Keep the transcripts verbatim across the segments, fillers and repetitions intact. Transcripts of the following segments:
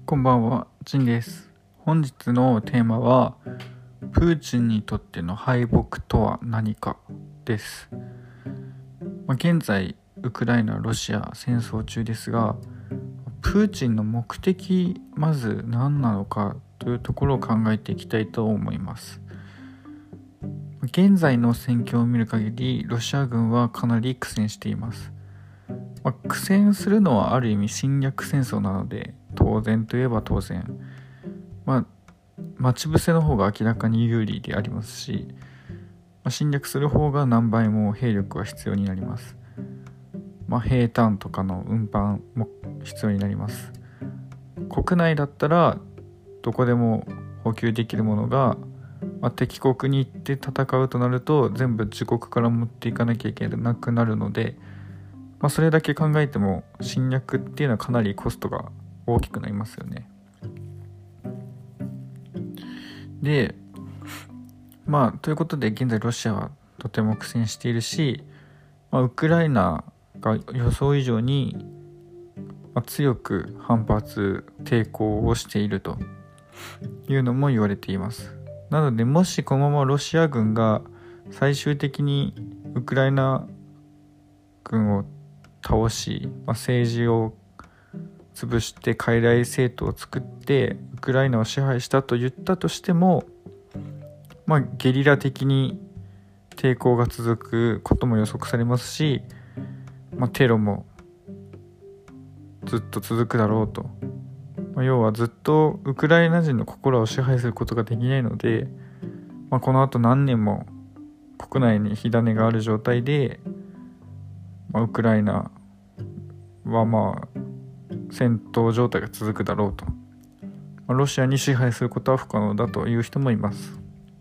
こんばんは、ジンです。本日のテーマは、プーチンにとっての敗北とは何かです。まあ、現在、ウクライナ、ロシア戦争中ですが、プーチンの目的、まず何なのかというところを考えていきたいと思います。現在の戦況を見る限り、ロシア軍はかなり苦戦しています。まあ、苦戦するのはある意味侵略戦争なので当然といえば当然、まあ、待ち伏せの方が明らかに有利でありますし、まあ、侵略する方が何倍も兵力は必要になります。まあ、兵站とかの運搬も必要になります。国内だったらどこでも補給できるものが、まあ、敵国に行って戦うとなると全部自国から持っていかなきゃいけなくなるので、まあ、それだけ考えても侵略っていうのはかなりコストが大きくなりますよね。で、まあということで現在ロシアはとても苦戦しているし、まあ、ウクライナが予想以上に強く反発抵抗をしているというのも言われています。なのでもしこのままロシア軍が最終的にウクライナ軍を倒し、まあ、政治を潰して傀儡政党を作ってウクライナを支配したと言ったとしても、まあ、ゲリラ的に抵抗が続くことも予測されますし、まあ、テロもずっと続くだろうと、まあ、要はずっとウクライナ人の心を支配することができないので、まあ、この後何年も国内に火種がある状態で、まあ、ウクライナはまあ戦闘状態が続くだろうと、まあ、ロシアに支配することは不可能だという人もいます。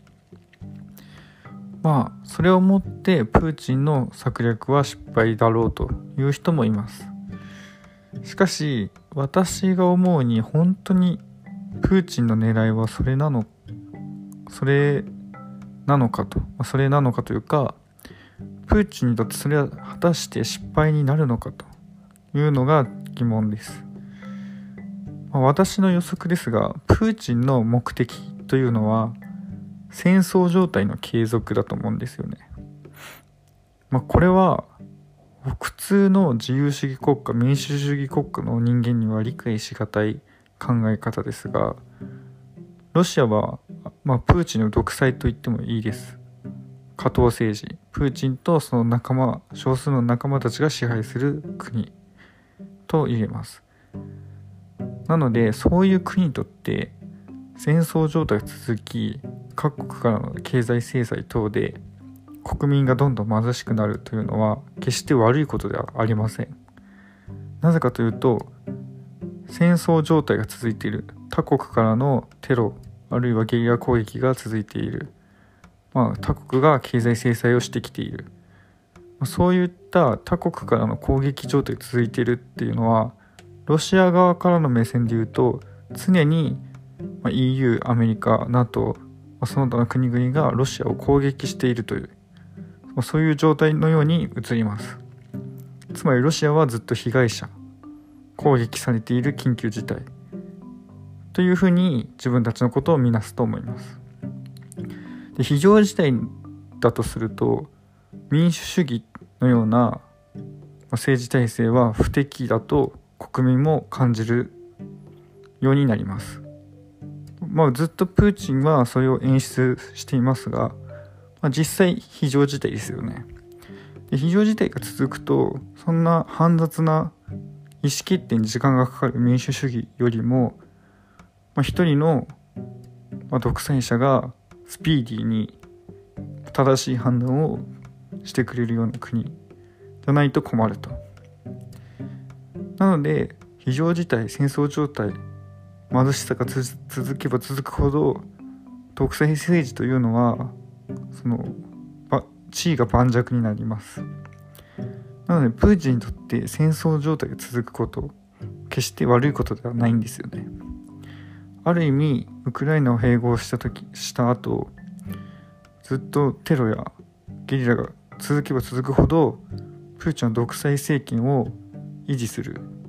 まあそれをもってプーチンの策略は失敗だろうという人もいます。しかし私が思うに本当にプーチンの狙いはそれなのそれなのかと、まあ、それなのかというかプーチンにとってそれは果たして失敗になるのかというのが疑問です。まあ、私の予測ですが、プーチンの目的というのは戦争状態の継続だと思うんですよね。まあ、これは普通の自由主義国家、民主主義国家の人間には理解しがたい考え方ですが、ロシアは、まあ、プーチンの独裁と言ってもいいです。下等政治、プーチンとその仲間、少数の仲間たちが支配する国と言えます。なのでそういう国にとって戦争状態が続き、各国からの経済制裁等で国民がどんどん貧しくなるというのは決して悪いことではありません。なぜかというと、戦争状態が続いている、他国からのテロあるいはゲリラ攻撃が続いている、まあ、他国が経済制裁をしてきている、そういった他国からの攻撃状態が続いているっていうのは、ロシア側からの目線で言うと常に イーユー、アメリカ、NATO、その他の国々がロシアを攻撃しているという、そういう状態のように映ります。つまりロシアはずっと被害者、攻撃されている緊急事態というふうに自分たちのことを見なすと思います。で、非常事態だとすると民主主義のような政治体制は不適だと国民も感じるようになります。まあずっとプーチンはそれを演出していますが、まあ、実際非常事態ですよね。で、非常事態が続くとそんな煩雑な意思決定に時間がかかる民主主義よりも、まあ、一人の独裁者がスピーディーに正しい判断をしてくれるような国じゃないと困ると。なので非常事態、戦争状態、貧しさが続けば続くほど独裁政治というのはその地位が盤石になります。なのでプーチンにとって戦争状態が続くこと決して悪いことではないんですよね。ある意味ウクライナを併合した時した後ずっとテロやゲリラが続けば続くほどプーチンの独裁政権を維持する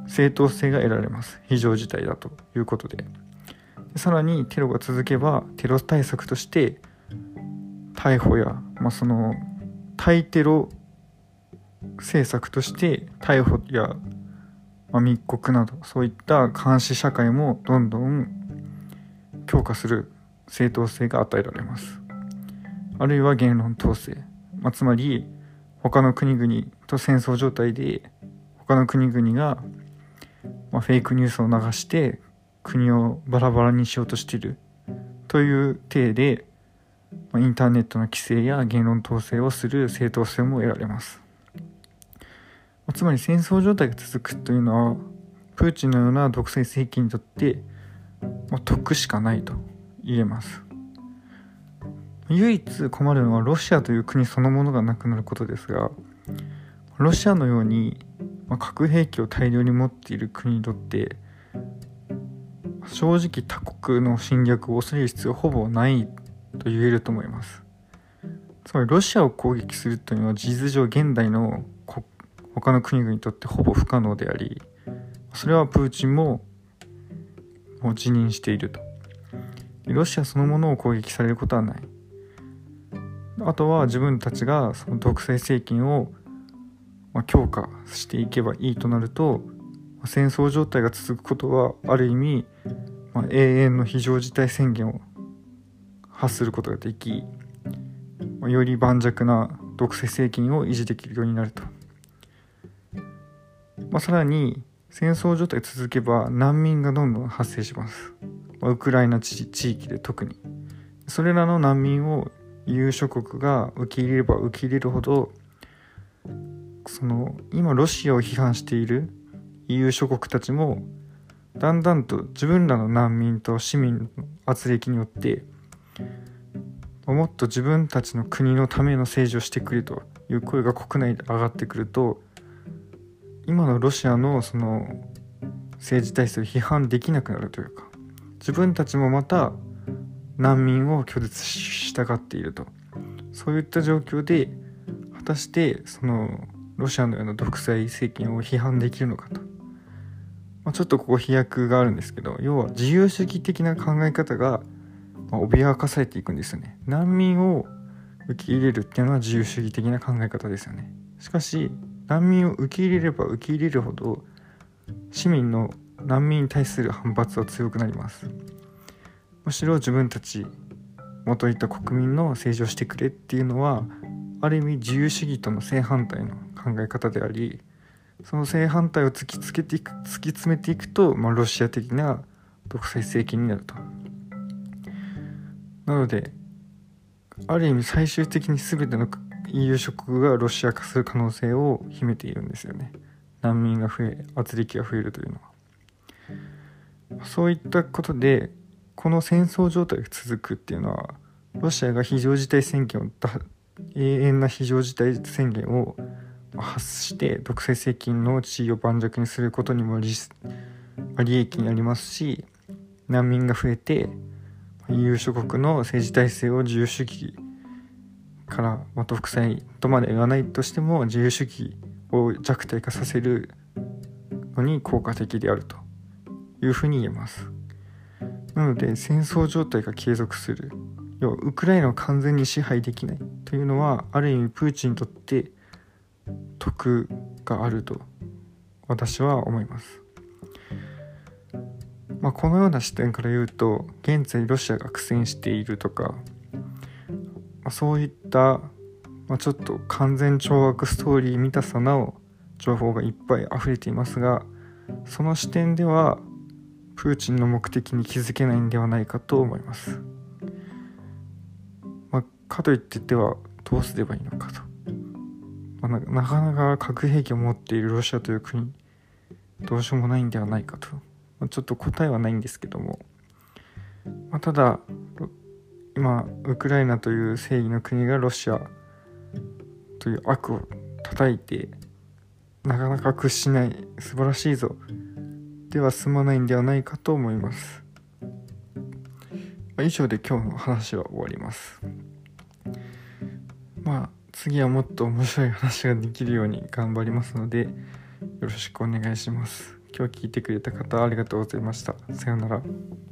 正当性が得られます。非常事態だということで。さらにテロが続けばテロ対策として逮捕や、まあ、その対テロ政策として逮捕や、まあ、密告などそういった監視社会もどんどん強化する正当性が与えられます。あるいは言論統制、まあ、つまり他の国々と戦争状態で他の国々が、まあ、フェイクニュースを流して国をバラバラにしようとしているという体で、まあ、インターネットの規制や言論統制をする正当性も得られます。まあ、つまり戦争状態が続くというのはプーチンのような独裁政権にとって、まあ、得しかないと言えます。唯一困るのはロシアという国そのものがなくなることですが、ロシアのように、まあ、核兵器を大量に持っている国にとって正直他国の侵略を恐れる必要はほぼないと言えると思います。つまりロシアを攻撃するというのは事実上現代の他の国々にとってほぼ不可能であり、それはプーチンももう辞任していると。ロシアそのものを攻撃されることはない。あとは自分たちがその独裁政権をまあ強化していけばいいとなると、戦争状態が続くことはある意味、まあ、永遠の非常事態宣言を発することができ、まあ、より盤石な独裁政権を維持できるようになると。まあ、さらに戦争状態が続けば難民がどんどん発生します。まあ、ウクライナ地域で特にそれらの難民を イーユー 諸国が受け入れれば受け入れるほど、その今ロシアを批判している イーユー 諸国たちもだんだんと自分らの難民と市民の圧力によってもっと自分たちの国のための政治をしてくれという声が国内で上がってくると、今のロシアのその政治体制を批判できなくなるというか、自分たちもまた難民を拒絶したがっていると、そういった状況で果たしてそのロシアのような独裁政権を批判できるのかと、まあ、ちょっとここ飛躍があるんですけど、要は自由主義的な考え方が脅かされていくんですよね。難民を受け入れるっていうのは自由主義的な考え方ですよね。しかし難民を受け入れれば受け入れるほど市民の難民に対する反発は強くなります。むしろ自分たち元いた国民の政治をしてくれっていうのはある意味自由主義との正反対の考え方であり、その正反対を突きつけていく突き詰めていくと、まあ、ロシア的な独裁政権になると。なのである意味最終的に全ての イーユー 諸国がロシア化する可能性を秘めているんですよね。難民が増え圧力が増えるというのは。そういったことでこの戦争状態が続くっていうのは、ロシアが非常事態宣言を永遠な非常事態宣言を発して独裁政権の地位を盤石にすることにも 利, 利益になりますし、難民が増えて イーユー 諸国の政治体制を自由主義から、まあ、独裁とまで言わないとしても自由主義を弱体化させるのに効果的であるというふうに言えます。なので戦争状態が継続する、要はウクライナを完全に支配できないというのはある意味プーチンにとって得があると私は思います。まあ、このような視点から言うと現在ロシアが苦戦しているとか、まあ、そういった、まあ、ちょっと完全懲悪ストーリー見たさなお情報がいっぱい溢れていますが、その視点ではプーチンの目的に気づけないんではないかと思います。まあ、かといってではどうすればいいのかと、まあ、な, なかなか核兵器を持っているロシアという国どうしようもないんではないかと、まあ、ちょっと答えはないんですけども、まあ、ただ今ウクライナという正義の国がロシアという悪を叩いてなかなか屈しない素晴らしいぞでは済まないんではないかと思います。まあ、以上で今日の話は終わります。まあ次はもっと面白い話ができるように頑張りますのでよろしくお願いします。 今日聞いてくれた方ありがとうございました。さようなら。